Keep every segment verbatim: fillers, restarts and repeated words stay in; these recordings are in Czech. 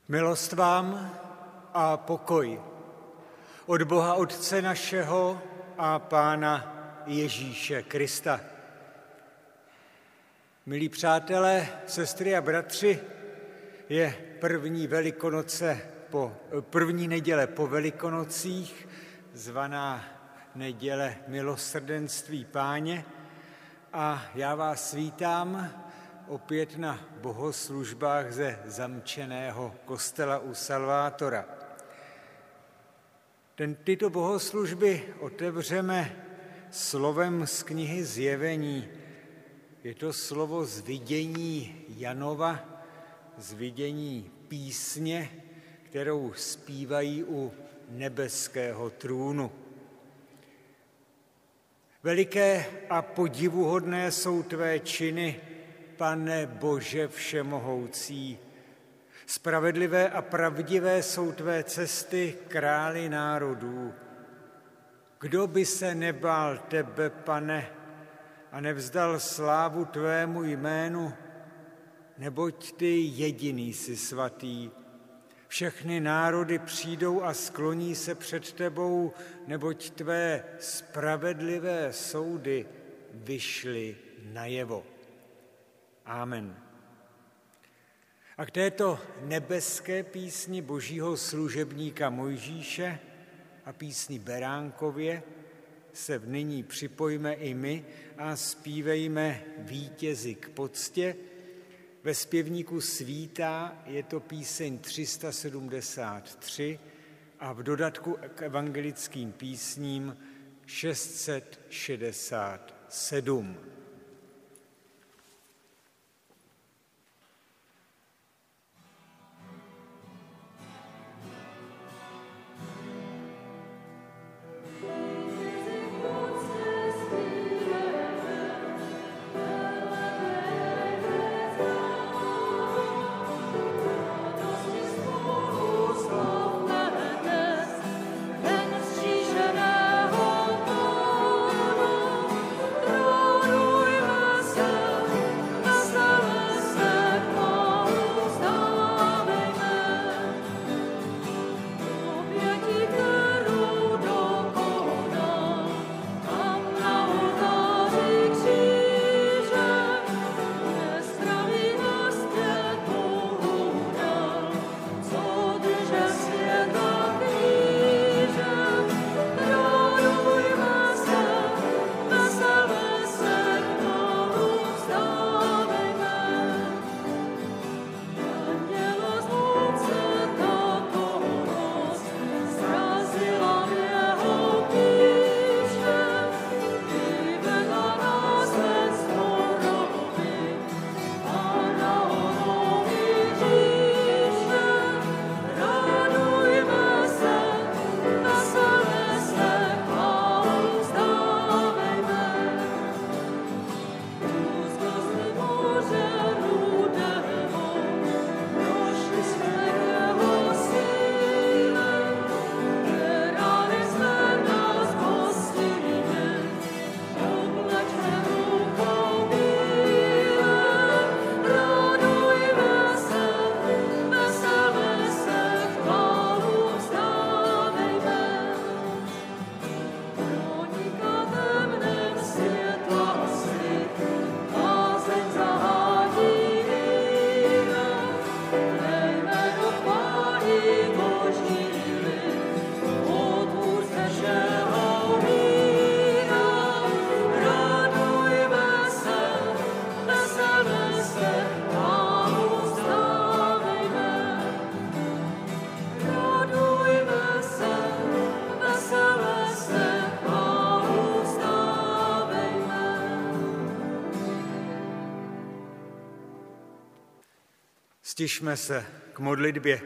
Milost vám a pokoj od Boha Otce našeho a Pána Ježíše Krista. Milí přátelé, sestry a bratři, je první Velikonoce po, první neděle po Velikonocích, zvaná neděle milosrdenství Páně, a já vás vítám opět na bohoslužbách ze zamčeného kostela u Salvátora. Ten, tyto bohoslužby otevřeme slovem z knihy Zjevení. Je to slovo z vidění Janova, z vidění písně, kterou zpívají u nebeského trůnu. Veliké a podivuhodné jsou tvé činy, Pane Bože všemohoucí. Spravedlivé a pravdivé jsou tvé cesty, králi národů. Kdo by se nebál tebe, Pane, a nevzdal slávu tvému jménu, neboť ty jediný jsi svatý. Všechny národy přijdou a skloní se před tebou, neboť tvé spravedlivé soudy vyšly najevo. Amen. A k této nebeské písni božího služebníka Mojžíše a písni Beránkově se v nyní připojíme i my a zpívejme Vítězi k poctě. Ve zpěvníku Svítá je to píseň tři sta sedmdesát tři a v dodatku k evangelickým písním šest set šedesát sedm. Stišme se k modlitbě.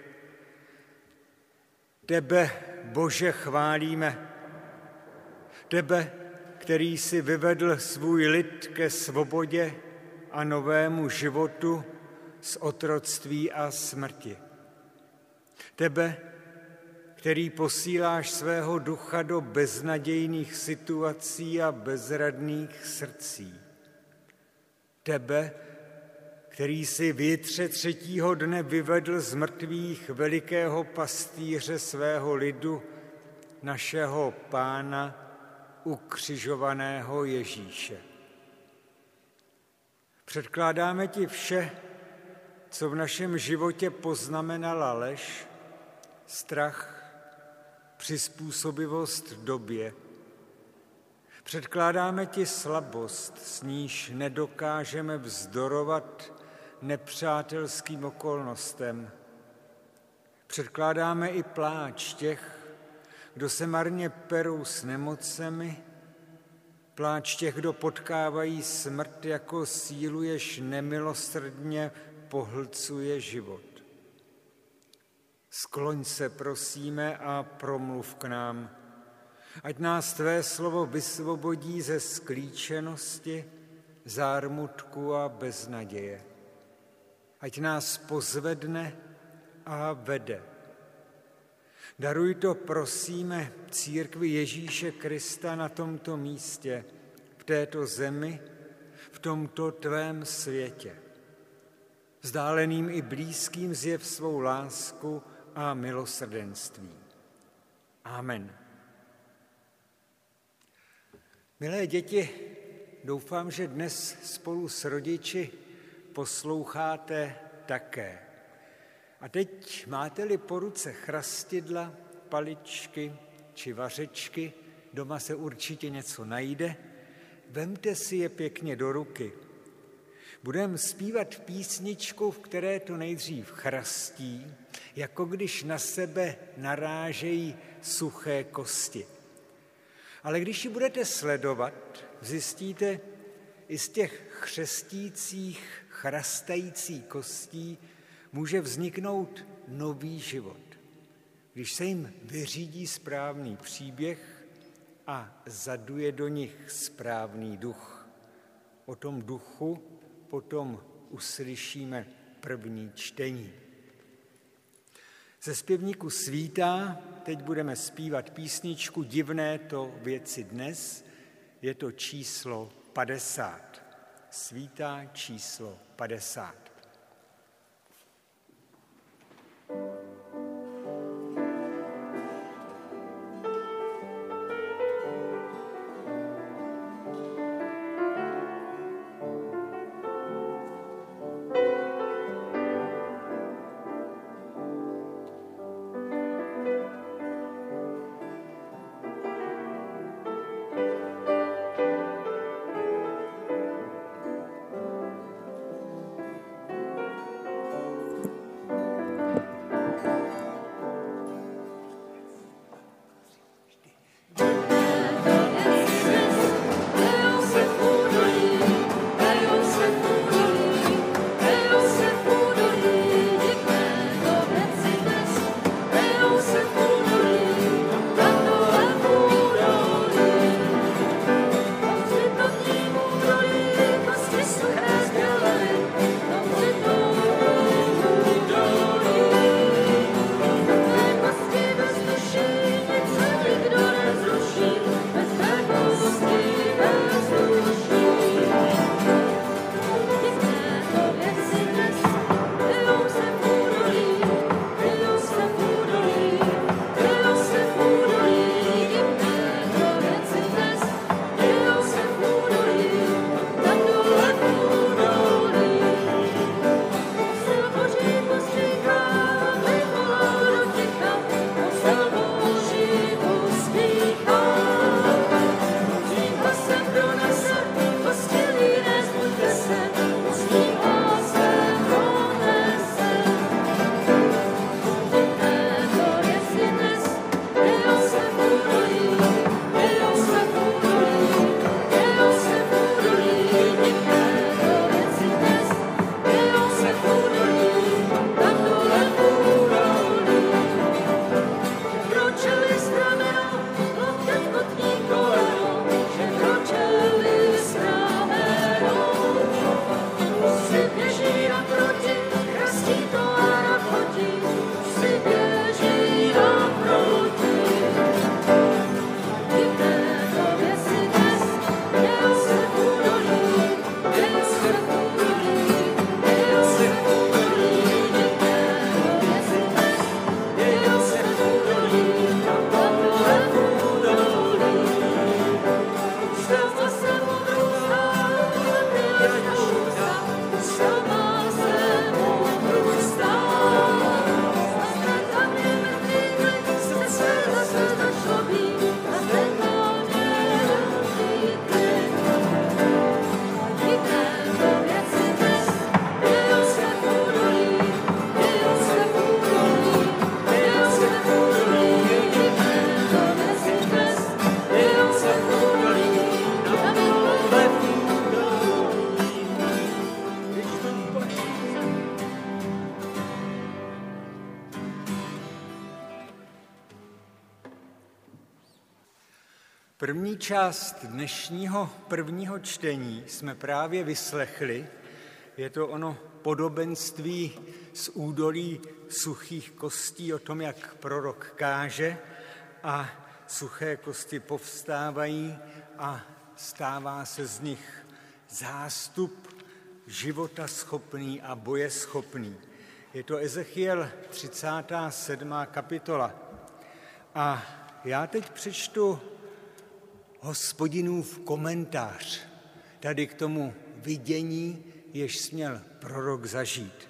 Tebe, Bože, chválíme. Tebe, který jsi vyvedl svůj lid ke svobodě a novému životu z otroctví a smrti. Tebe, který posíláš svého ducha do beznadějných situací a bezradných srdcí. Tebe, který si v jitře třetího dne vyvedl z mrtvých velikého pastýře svého lidu, našeho Pána, ukřižovaného Ježíše. Předkládáme ti vše, co v našem životě poznamenala lež, strach, přizpůsobivost době. Předkládáme ti slabost, s níž nedokážeme vzdorovat nepřátelským okolnostem. Předkládáme i pláč těch, kdo se marně perou s nemocemi, pláč těch, kdo potkávají smrt jako sílu, jež nemilosrdně pohlcuje život. Skloň se, prosíme, a promluv k nám, ať nás tvé slovo vysvobodí ze sklíčenosti, zármutku a beznaděje. Ať nás pozvedne a vede. Daruj to, prosíme, církvi Ježíše Krista na tomto místě, v této zemi, v tomto tvém světě. Vzdáleným i blízkým zjev svou lásku a milosrdenství. Amen. Milé děti, doufám, že dnes spolu s rodiči posloucháte také. A teď máte-li po ruce chrastidla, paličky či vařečky, doma se určitě něco najde, vemte si je pěkně do ruky. Budeme zpívat písničku, v které to nejdřív chrastí, jako když na sebe narážejí suché kosti. Ale když ji budete sledovat, zjistíte, i z těch chřestících, chrastajících kostí může vzniknout nový život, když se jim vyřídí správný příběh a zaduje do nich správný duch. O tom duchu potom uslyšíme první čtení. Ze zpěvníku Svítá teď budeme zpívat písničku Divné to věci dnes, je to číslo padesát. Svítá číslo padesát. První část dnešního prvního čtení jsme právě vyslechli. Je to ono podobenství z údolí suchých kostí o tom, jak prorok káže a suché kosti povstávají a stává se z nich zástup života schopný a bojeschopný. Je to Ezechiel třicátá sedmá kapitola. A já teď přečtu Hospodinův komentář tady k tomu vidění, jež směl prorok zažít.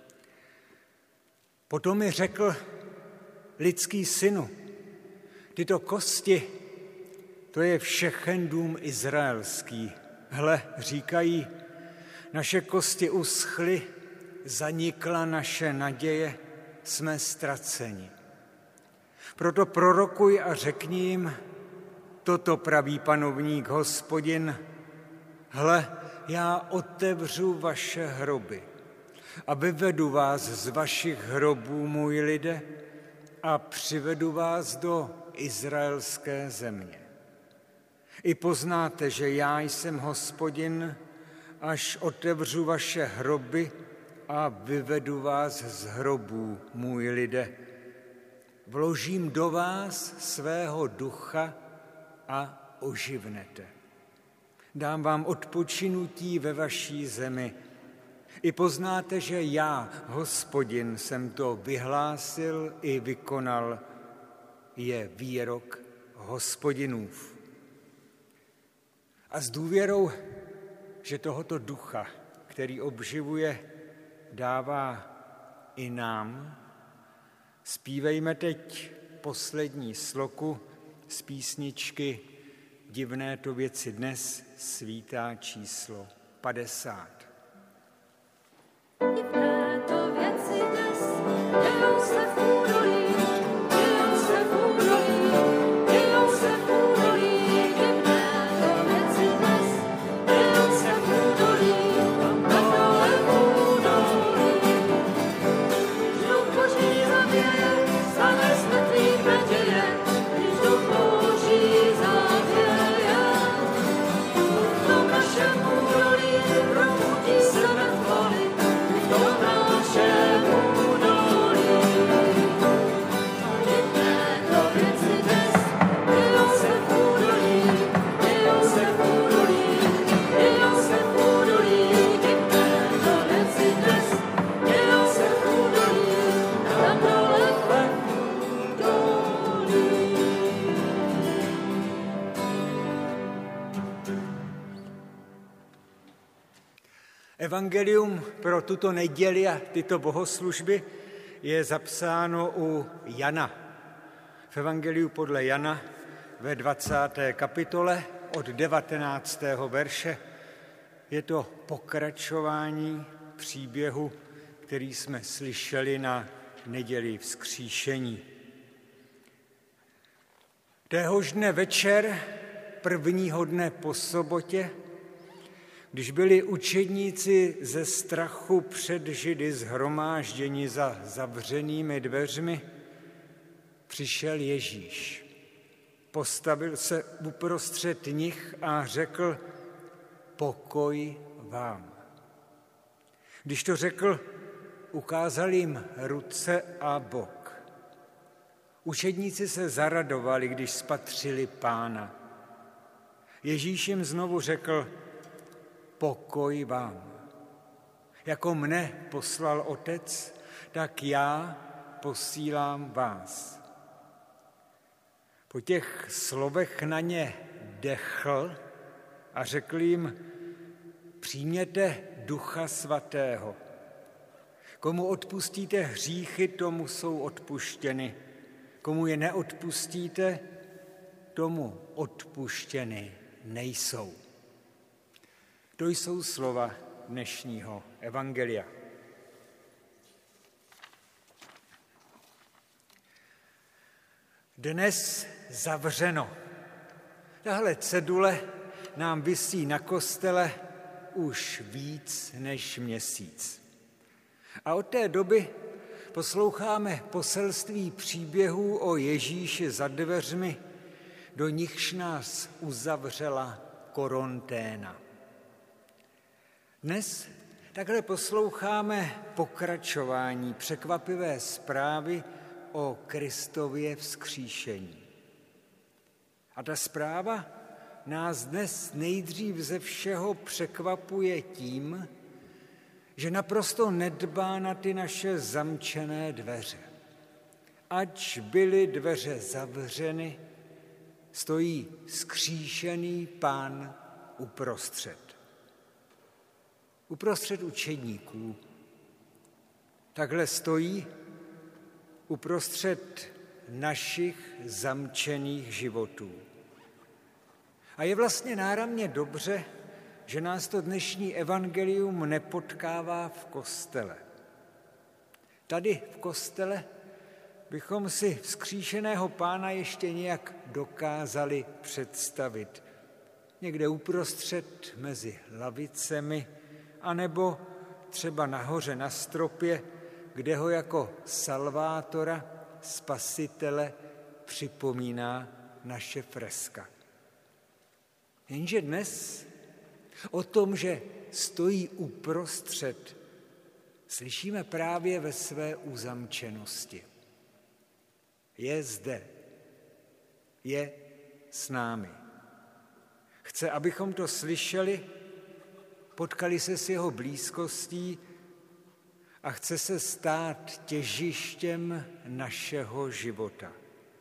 Potom mi řekl: lidský synu, tyto kosti, to je všechen dům izraelský. Hle, říkají, naše kosti uschly, zanikla naše naděje, jsme ztraceni. Proto prorokuj a řekni jim, toto praví panovník Hospodin, hle, já otevřu vaše hroby a vyvedu vás z vašich hrobů, můj lide, a přivedu vás do izraelské země. I poznáte, že já jsem Hospodin, až otevřu vaše hroby a vyvedu vás z hrobů, můj lide. Vložím do vás svého ducha a oživnete. Dám vám odpočinutí ve vaší zemi. I poznáte, že já, Hospodin, jsem to vyhlásil i vykonal. Je výrok Hospodinův. A s důvěrou, že tohoto ducha, který obživuje, dává i nám, zpívejme teď poslední sloku z písničky Divné to věci dnes, svítá číslo padesát. Divné to věci dnes, dějou se v údolí, dějou se v údolí, dějou se v údolí. Divné to věci dnes, dějou se v údolí, tam dole v údolí. Duch Boží zavěje, zanese mrtvých naděje, když Duch Boží zavěje. V tom našem údolí probudí se mrtvoly, v tom našem údolí. Divné to věci dnes, dějou se v údolí, dějou se v údolí, dějou se v údolí. Divné to věci dnes, dějou se v údolí, tam dole v údolí. Evangelium pro tuto neděli a tyto bohoslužby je zapsáno u Jana. V Evangeliu podle Jana ve dvacáté kapitole od devatenáctého verše je to pokračování příběhu, který jsme slyšeli na neděli vzkříšení. Téhož dne večer, prvního dne po sobotě, když byli učedníci ze strachu před Židy shromážděni za zavřenými dveřmi, přišel Ježíš. Postavil se uprostřed nich a řekl: pokoj vám. Když to řekl, ukázal jim ruce a bok. Učedníci se zaradovali, když spatřili Pána. Ježíš jim znovu řekl: pokoj vám. Jako mne poslal Otec, tak já posílám vás. Po těch slovech na ně dechl a řekl jim: přijměte Ducha Svatého. Komu odpustíte hříchy, tomu jsou odpuštěny. Komu je neodpustíte, tomu odpuštěny nejsou. To jsou slova dnešního evangelia. Dnes zavřeno. Tahle cedule nám visí na kostele už víc než měsíc. A od té doby posloucháme poselství příběhů o Ježíši za dveřmi, do nichž nás uzavřela koronténa. Dnes takhle posloucháme pokračování překvapivé zprávy o Kristově vzkříšení. A ta zpráva nás dnes nejdřív ze všeho překvapuje tím, že naprosto nedbá na ty naše zamčené dveře. Ač byly dveře zavřeny, stojí vzkříšený Pán uprostřed. Uprostřed učedníků. Takhle stojí uprostřed našich zamčených životů. A je vlastně náramně dobře, že nás to dnešní evangelium nepotkává v kostele. Tady v kostele bychom si vzkříšeného Pána ještě nějak dokázali představit. Někde uprostřed mezi lavicemi, anebo třeba nahoře na stropě, kde ho jako salvátora, spasitele připomíná naše freska. Jenže dnes o tom, že stojí uprostřed, slyšíme právě ve své uzamčenosti. Je zde, je s námi. Chce, abychom to slyšeli, potkali se s jeho blízkostí a chce se stát těžištěm našeho života.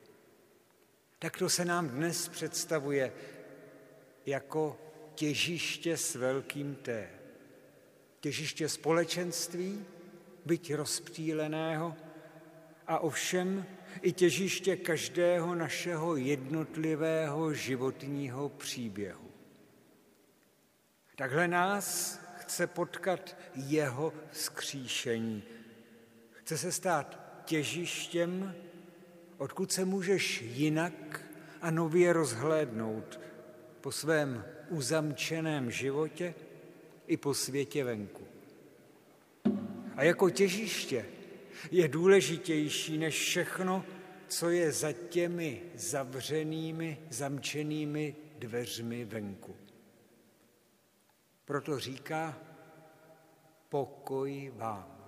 Tak to se nám dnes představuje jako těžiště s velkým T. Těžiště společenství, byť rozptýleného, a ovšem i těžiště každého našeho jednotlivého životního příběhu. Takhle nás chce potkat jeho vzkříšení. Chce se stát těžištěm, odkud se můžeš jinak a nově rozhlédnout po svém uzamčeném životě i po světě venku. A jako těžiště je důležitější než všechno, co je za těmi zavřenými, zamčenými dveřmi venku. Proto říká, pokoj vám.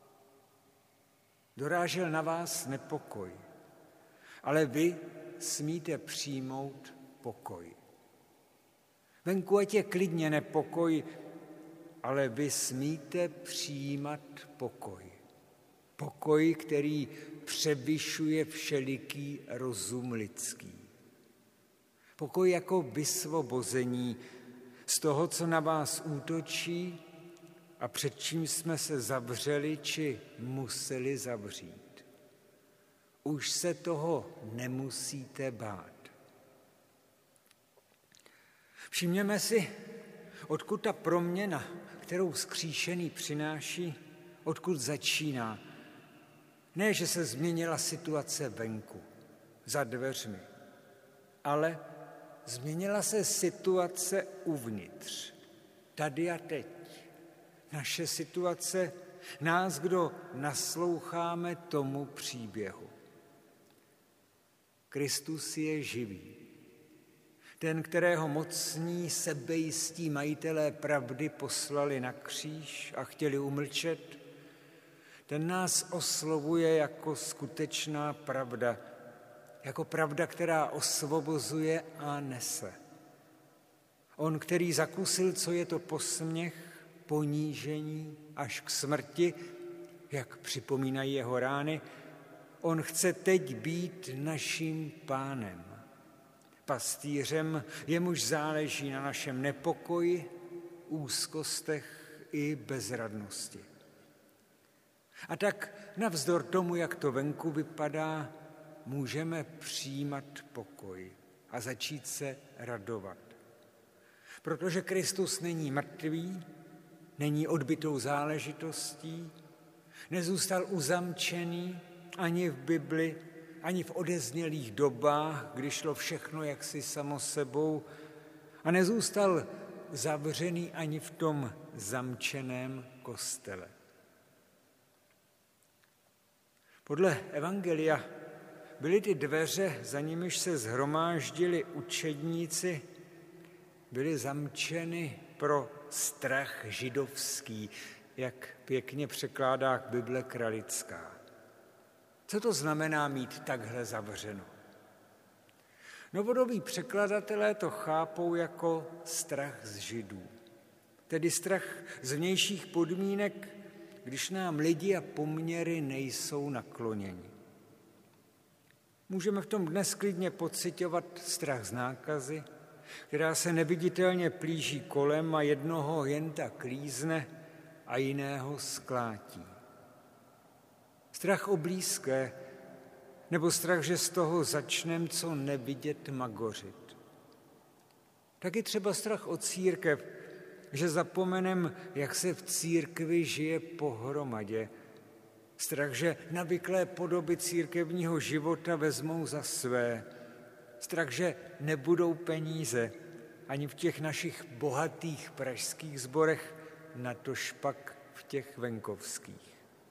Dorážel na vás nepokoj, ale vy smíte přijmout pokoj. Venku ať je klidně nepokoj, ale vy smíte přijímat pokoj. Pokoj, který převyšuje všeliký rozum lidský. Pokoj jako vysvobození z toho, co na vás útočí a před čím jsme se zavřeli či museli zavřít. Už se toho nemusíte bát. Všimněme si, odkud ta proměna, kterou vzkříšený přináší, odkud začíná. Ne, že se změnila situace venku, za dveřmi, ale změnila se situace uvnitř, tady a teď. Naše situace, nás, kdo nasloucháme tomu příběhu. Kristus je živý. Ten, kterého mocní, sebejistí majitelé pravdy poslali na kříž a chtěli umlčet, ten nás oslovuje jako skutečná pravda, jako pravda, která osvobozuje a nese. On, který zakusil, co je to posměch, ponížení až k smrti, jak připomínají jeho rány, on chce teď být naším pánem, pastýřem, jemuž záleží na našem nepokoji, úzkostech i bezradnosti. A tak navzdor tomu, jak to venku vypadá, můžeme přijímat pokoj a začít se radovat. Protože Kristus není mrtvý, není odbytou záležitostí, nezůstal uzamčený ani v Bibli, ani v odeznělých dobách, kdy šlo všechno jaksi samo sebou, a nezůstal zavřený ani v tom zamčeném kostele. Podle evangelia byly ty dveře, za nimiž se shromáždili učedníci, byly zamčeny pro strach židovský, jak pěkně překládá Bible Kralická. Co to znamená mít takhle zavřeno? Novodobí překladatelé to chápou jako strach z Židů, tedy strach z vnějších podmínek, když nám lidi a poměry nejsou nakloněni. Můžeme v tom dnes klidně pociťovat strach z nákazy, která se neviditelně plíží kolem a jednoho jen tak lízne a jiného sklátí. Strach o blízké, nebo strach, že z toho začnem co nevidět magořit. Taky třeba strach o církev, že zapomenem, jak se v církvi žije pohromadě. Strach, že navyklé podoby církevního života vezmou za své. Strach, že nebudou peníze ani v těch našich bohatých pražských sborech, natož pak v těch venkovských.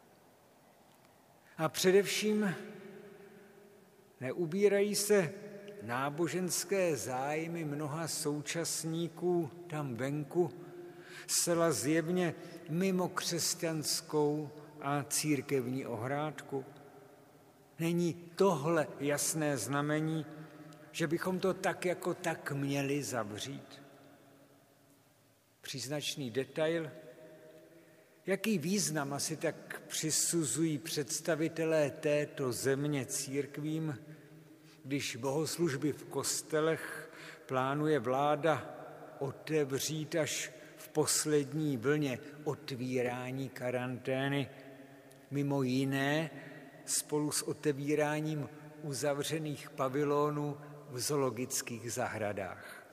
A především neubírají se náboženské zájmy mnoha současníků tam venku zcela zjevně mimo křesťanskou a církevní ohrádku? Není tohle jasné znamení, že bychom to tak jako tak měli zavřít? Příznačný detail, jaký význam asi tak přisuzují představitelé této země církvím, když bohoslužby v kostelech plánuje vláda otevřít až v poslední vlně otvírání karantény, mimo jiné spolu s otevíráním uzavřených pavilonů v zoologických zahradách.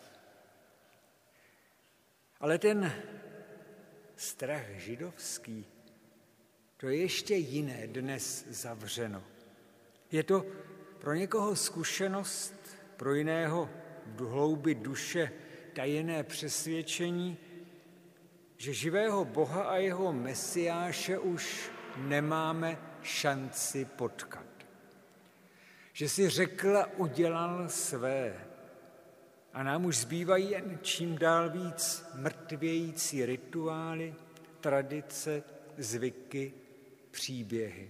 Ale ten strach židovský, to je ještě jiné dnes zavřeno. Je to pro někoho zkušenost, pro jiného v hloubi duše tajené přesvědčení, že živého Boha a jeho Mesiáše už nemáme šanci potkat. Že si řekl a udělal své a nám už zbývají jen čím dál víc mrtvějící rituály, tradice, zvyky, příběhy.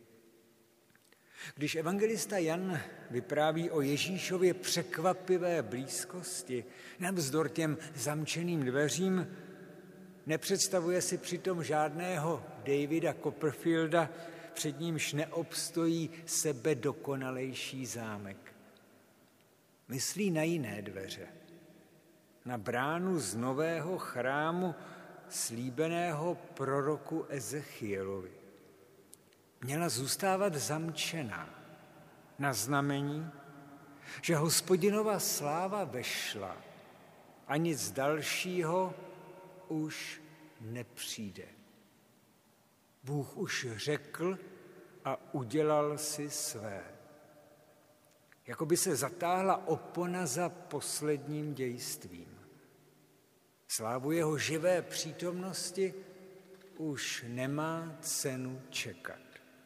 Když evangelista Jan vypráví o Ježíšově překvapivé blízkosti navzdor těm zamčeným dveřím, nepředstavuje si přitom žádného Davida Copperfielda, před nímž neobstojí sebe dokonalejší zámek. Myslí na jiné dveře, na bránu z nového chrámu slíbeného proroku Ezechielovi. Měla zůstávat zamčená na znamení, že Hospodinova sláva vešla a nic dalšího už nepřijde. Bůh už řekl a udělal si své. Jako by se zatáhla opona za posledním dějstvím. Slávu jeho živé přítomnosti už nemá cenu čekat.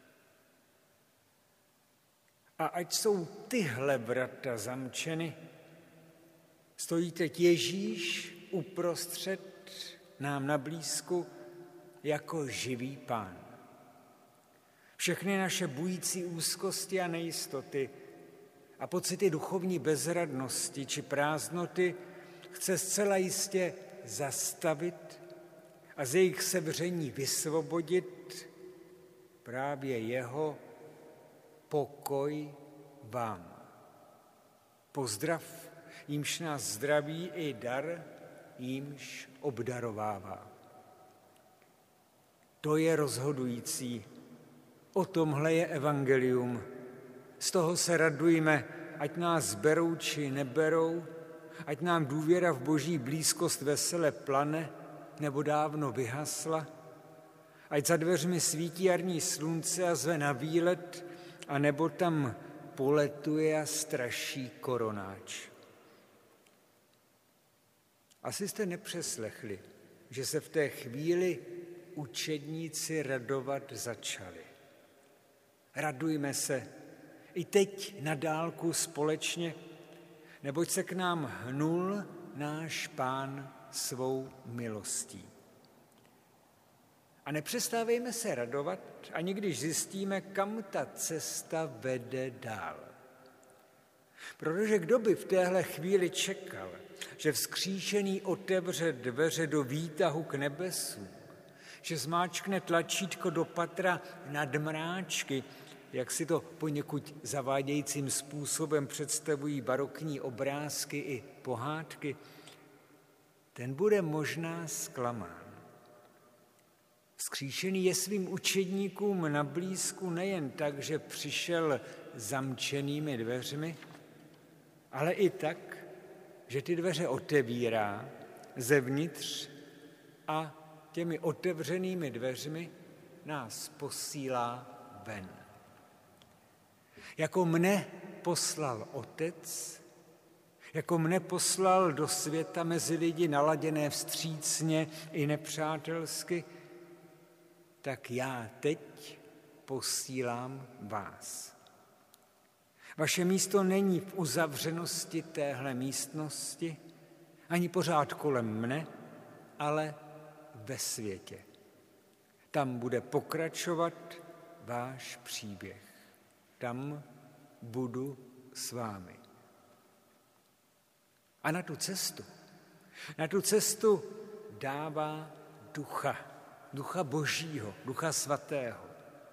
A ať jsou tyhle vrata zamčeny, stojí teď Ježíš uprostřed nám na blízku jako živý Pán. Všechny naše bující úzkosti a nejistoty a pocity duchovní bezradnosti či prázdnoty chce zcela jistě zastavit a z jejich sevření vysvobodit právě jeho pokoj vám. Pozdrav, jímž nás zdraví i dar, jímž obdarovává. To je rozhodující. O tomhle je evangelium. Z toho se radujme, ať nás berou či neberou, ať nám důvěra v boží blízkost vesele plane nebo dávno vyhasla, ať za dveřmi svítí jarní slunce a zve na výlet, a nebo tam poletuje a straší koronáč. Asi jste nepřeslechli, že se v té chvíli učedníci radovat začali. Radujme se, i teď na dálku společně, neboť se k nám hnul náš Pán svou milostí. A nepřestávejme se radovat, ani když zjistíme, kam ta cesta vede dál. Protože kdo by v téhle chvíli čekal, že vzkříšený otevře dveře do výtahu k nebesům, že zmáčkne tlačítko do patra nad mráčky, jak si to poněkud zavádějícím způsobem představují barokní obrázky i pohádky, ten bude možná zklamán. Vzkříšený je svým učedníkům na blízku nejen tak, že přišel zamčenými dveřmi, ale i tak, že ty dveře otevírá zevnitř a těmi otevřenými dveřmi nás posílá ven. Jako mne poslal Otec, jako mne poslal do světa mezi lidi naladěné vstřícně i nepřátelsky, tak já teď posílám vás. Vaše místo není v uzavřenosti téhle místnosti, ani pořád kolem mne, ale ve světě. Tam bude pokračovat váš příběh. Tam budu s vámi. A na tu cestu, na tu cestu dává ducha, ducha Božího, ducha svatého.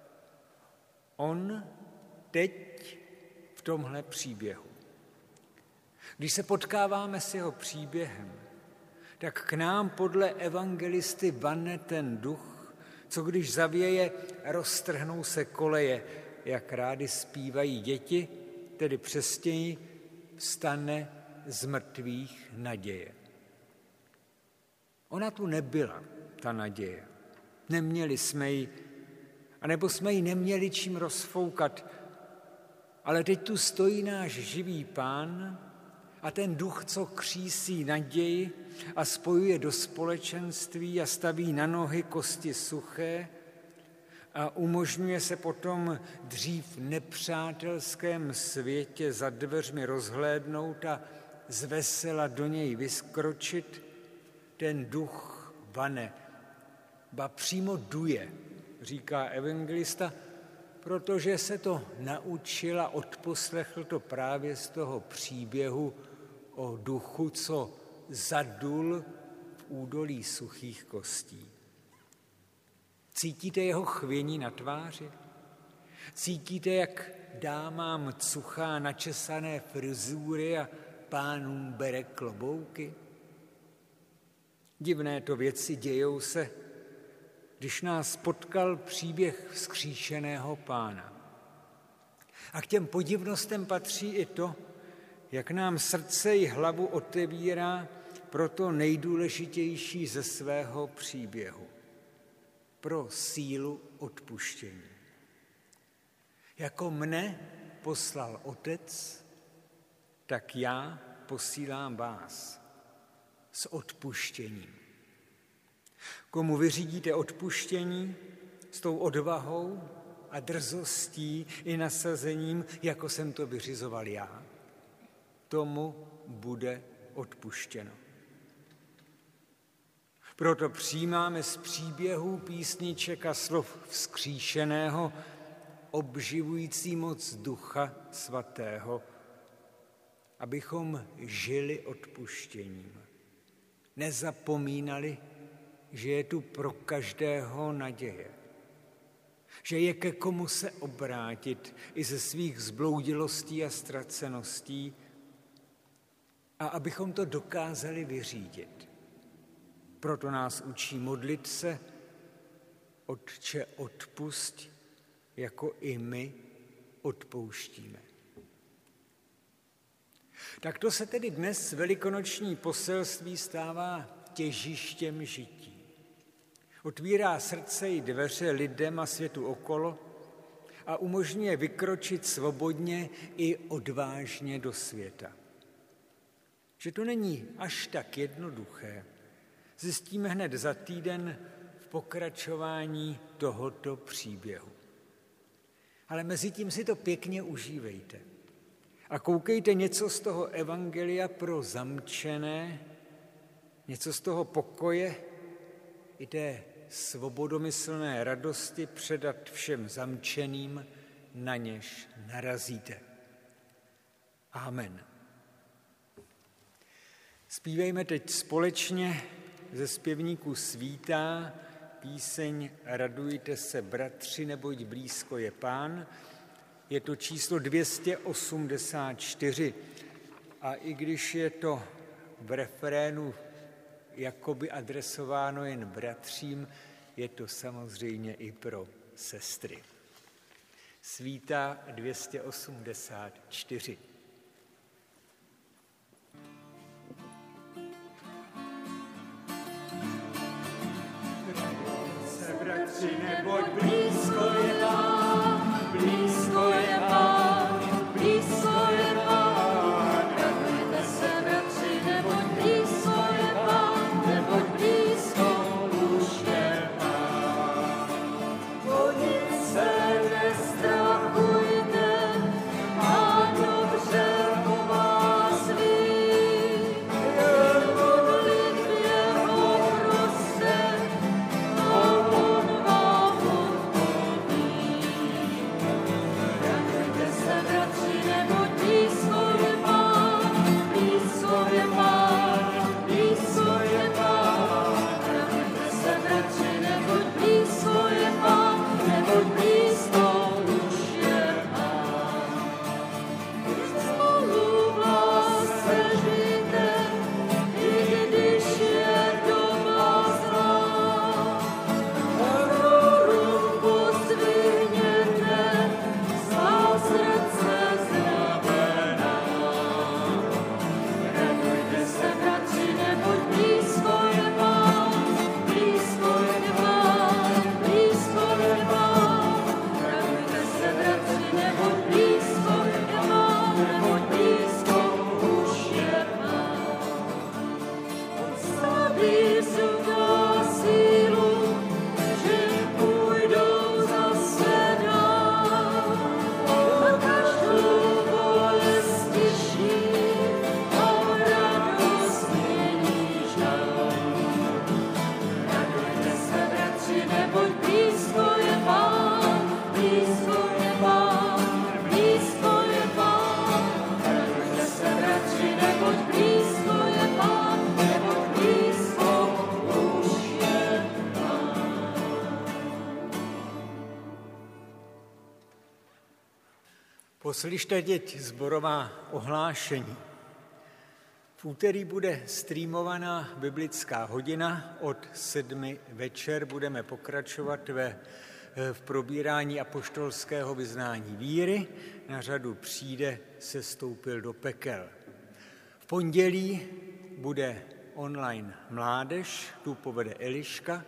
On teď v tomhle příběhu. Když se potkáváme s jeho příběhem, tak k nám podle evangelisty vane ten duch, co když zavěje, roztrhnou se koleje, jak rády zpívají děti, tedy přesněji vstane z mrtvých naděje. Ona tu nebyla, ta naděje. Neměli jsme ji, anebo jsme ji neměli čím rozfoukat, ale teď tu stojí náš živý Pán a ten duch, co křísí naději a spojuje do společenství a staví na nohy kosti suché a umožňuje se potom dřív nepřátelském světě za dveřmi rozhlédnout a zvesela do něj vyskročit, ten duch vane, ba přímo duje, říká evangelista, protože se to naučil a odposlechl to právě z toho příběhu o duchu, co zadul v údolí suchých kostí. Cítíte jeho chvění na tváři? Cítíte, jak dámám cuchá načesané frizury a pánům bere klobouky? Divné to věci dějou se, když nás potkal příběh vzkříšeného Pána. A k těm podivnostem patří i to, jak nám srdce i hlavu otevírá pro to nejdůležitější ze svého příběhu. Pro sílu odpuštění. Jako mne poslal Otec, tak já posílám vás s odpuštěním. Komu vyřídíte odpuštění s tou odvahou a drzostí i nasazením, jako jsem to vyřizoval já, tomu bude odpuštěno. Proto přijímáme z příběhů, písniček a slov vzkříšeného obživující moc Ducha Svatého, abychom žili odpuštěním. Nezapomínali, že je tu pro každého naděje. Že je ke komu se obrátit i ze svých zbloudilostí a ztraceností a abychom to dokázali vyřídit. Proto nás učí modlit se, Otče, odpusť, jako i my odpouštíme. Takto se tedy dnes velikonoční poselství stává těžištěm žití. Otvírá srdce i dveře lidem a světu okolo a umožňuje vykročit svobodně i odvážně do světa. Že to není až tak jednoduché, zjistíme hned za týden v pokračování tohoto příběhu. Ale mezi tím si to pěkně užívejte. A koukejte něco z toho evangelia pro zamčené, něco z toho pokoje i té svobodomyslné radosti předat všem zamčeným, na něž narazíte. Amen. Zpívejme teď společně ze zpěvníků Svítá píseň Radujte se, bratři, neboť blízko je Pán. Je to číslo dvě stě osmdesát čtyři. A i když je to v refrénu jakoby adresováno jen bratřím, je to samozřejmě i pro sestry. Svítá dvě stě osmdesát čtyři. Bratři, neboť blízko je Pán, blízko je Pán, blízko je Pán. Radujte se, bratři, neboť blízko je Pán, neboť blízko už je Pán. O nic se nestrachujte, Pán dobře o vás ví. Jen modlitbě ho proste, Poslyšte teď sborová ohlášení. V úterý bude streamovaná biblická hodina, od sedmi večer budeme pokračovat ve, v probírání apoštolského vyznání víry. Na řadu přijde, sestoupil do pekel. V pondělí bude online mládež, tu povede Eliška.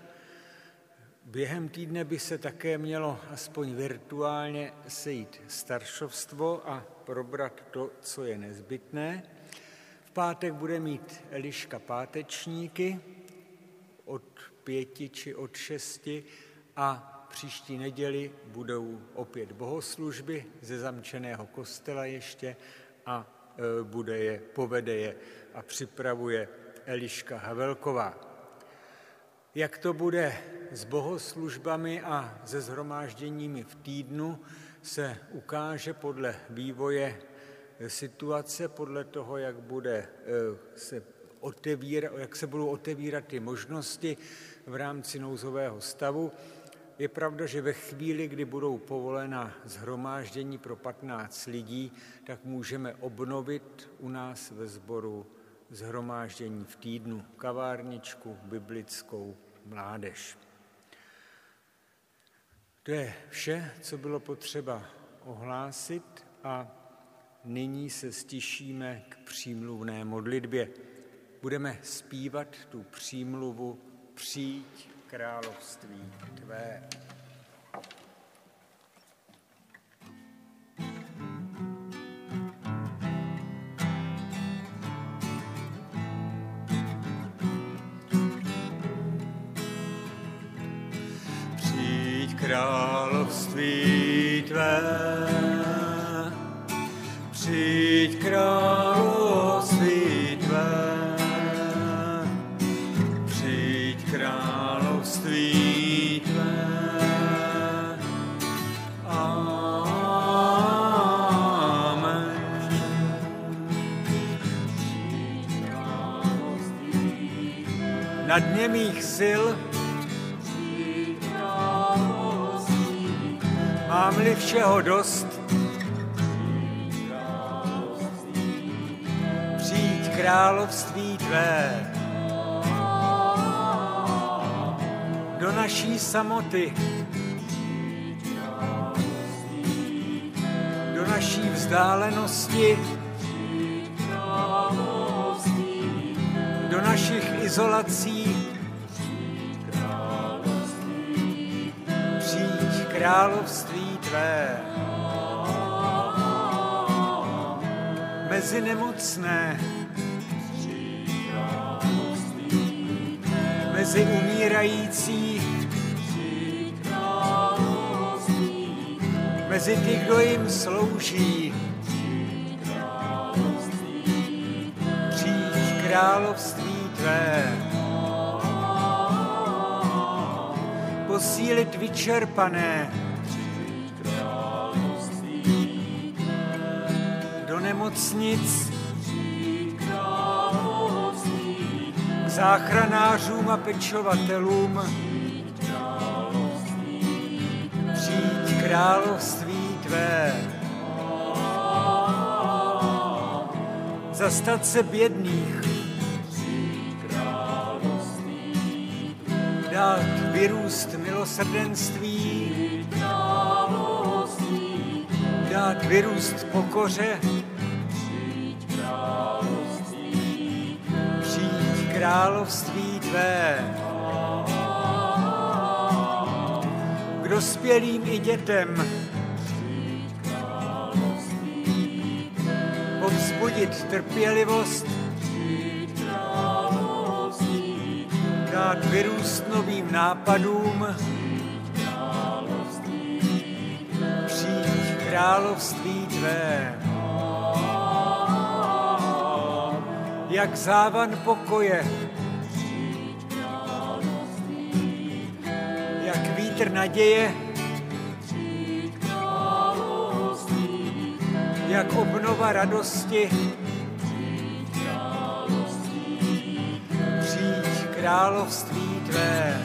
Během týdne by se také mělo aspoň virtuálně sejít staršovstvo a probrat to, co je nezbytné. V pátek bude mít Eliška pátečníky od pěti či od šesti a příští neděli budou opět bohoslužby ze zamčeného kostela ještě a e, bude je, povede je a připravuje Eliška Havelková. Jak to bude s bohoslužbami a se shromážděními v týdnu, se ukáže podle vývoje situace, podle toho, jak, bude se otevírat, jak se budou otevírat ty možnosti v rámci nouzového stavu. Je pravda, že ve chvíli, kdy budou povolena shromáždění pro patnáct lidí, tak můžeme obnovit u nás ve sboru shromáždění v týdnu, kavárničku, biblickou, mládež. To je vše, co bylo potřeba ohlásit a nyní se stišíme k přímluvné modlitbě. Budeme zpívat tu přímluvu Přijď království tvé. Království tvé. Přijď království tvé, přijď království tvé. Na dně mých sil mám-li všeho dost, přijď království tvé. Do naší samoty, do naší vzdálenosti, do našich izolací, přijď království tvé. Mezi nemocné, mezi umírající, mezi ty, kdo jim slouží, přijď království tvé. Posílit vyčerpané, do nemocnic, k záchranářům a pečovatelům, přijď království tvé. Zastat se bědných, dát vyrůst milosrdenství, dát vyrůst pokoře, přijď království tvé. K dospělým i dětem povzbudit trpělivost, dát vyrůst novým nápadům, přijď království tvé. Jak závan pokoje, jak vítr naděje, jak obnova radosti, přijď království tvé.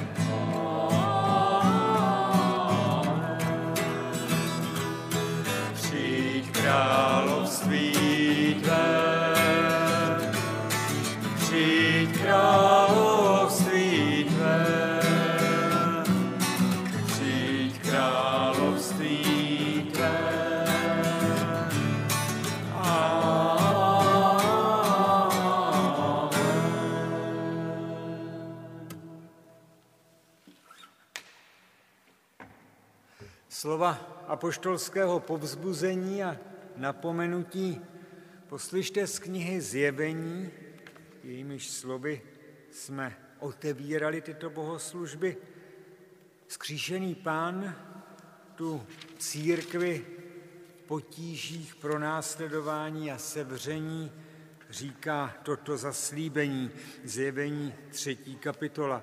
Přijď království tvé, přijď království tvé, přijď království tvé. Slova apoštolského povzbuzení a napomenutí poslyšte z knihy Zjevení, jejímiž slovy jsme otevírali tyto bohoslužby. Vzkříšený Pán tu církvi v potížích, pronásledování a sevření říká toto zaslíbení. Zjevení třetí kapitola.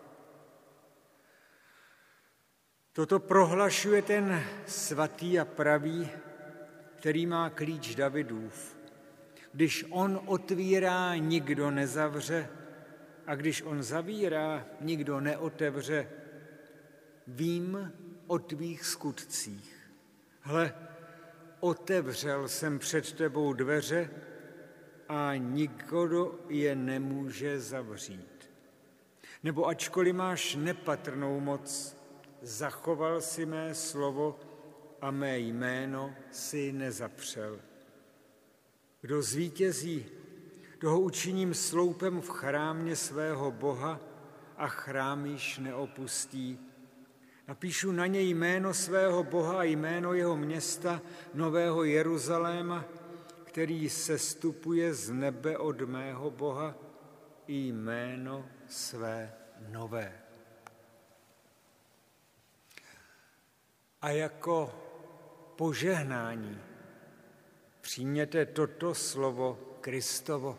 Toto prohlašuje ten svatý a pravý, který má klíč Davidův. Když on otvírá, nikdo nezavře, a když on zavírá, nikdo neotevře. Vím o tvých skutcích. Hle, otevřel jsem před tebou dveře a nikdo je nemůže zavřít. Nebo ačkoliv máš nepatrnou moc, zachoval si mé slovo a mé jméno si nezapřel. Kdo zvítězí, toho učiním sloupem v chrámě svého Boha a chrám již neopustí. Napíšu na něj jméno svého Boha a jméno jeho města, Nového Jeruzaléma, který sestupuje z nebe od mého Boha, i jméno své nové. A jako požehnání. Přijměte toto slovo Kristovo.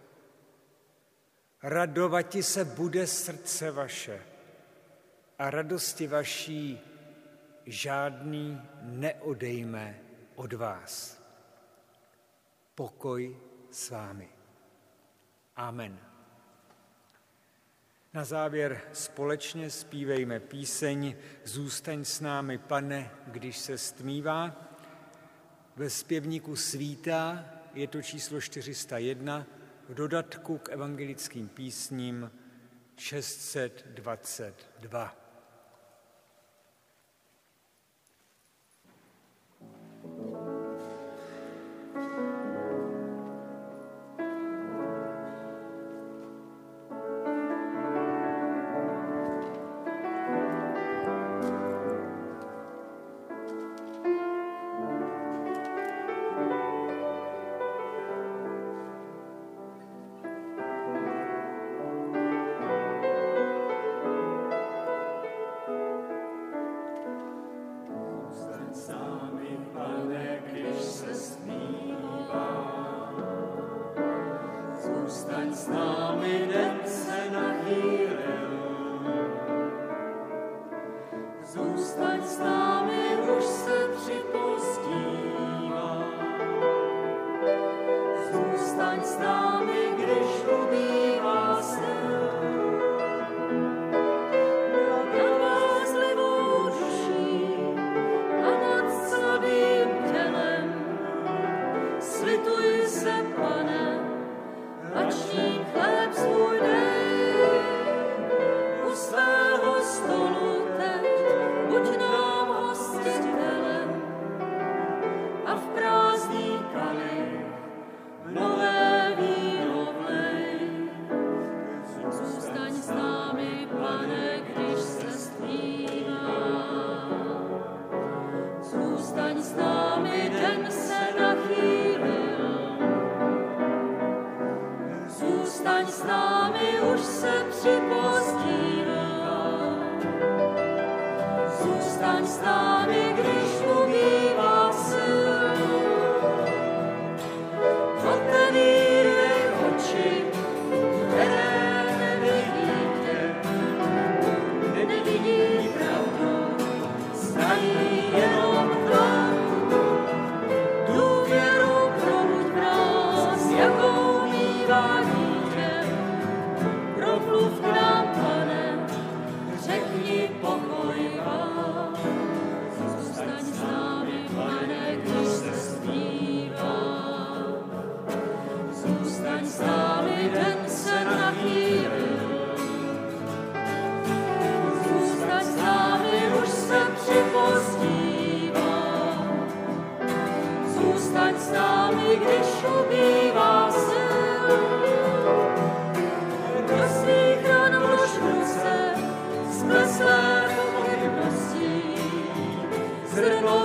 Radovati se bude srdce vaše a radosti vaší žádný neodejme od vás. Pokoj s vámi. Amen. Na závěr společně zpívejme píseň Zůstaň s námi, Pane, když se stmívá. Ve zpěvníku Svítá je to číslo čtyři sta jedna, v dodatku k evangelickým písním šest set dvacet dva. Zůstaň s námi, den se nachýlil. Zůstaň s námi, už se připozdívá. Zůstaň s námi, když ubývá sil. Nad vázlivou duší a nad slabým tělem slituj se, Pane, ační chléb svůj dej, u svého stolu teď buď nám hostitelem a v prázdný kalich nové víno vlej. Zůstaň s námi, Pane, když se stmívá. Zůstaň s námi, den se nachýlil. Zůstaň s námi, už se připozdívá. Zůstaň s námi, když ubývá sil. Otevírej oči, které nevidí tě, nevidí pravdu, znají jenom tlam. Důvěru probuď v nás, jakou mívá dítě. Promluv k nám, Pane, řekni pokoj vám. Zůstaň s námi, Pane, když se zpívá. Zůstaň s námi, den se nachýlil. Zůstaň s námi, už se připozdívá. Zůstaň s námi, když ubývá sil. Do svých ran vlož ruce, skleslé pochybností, zrno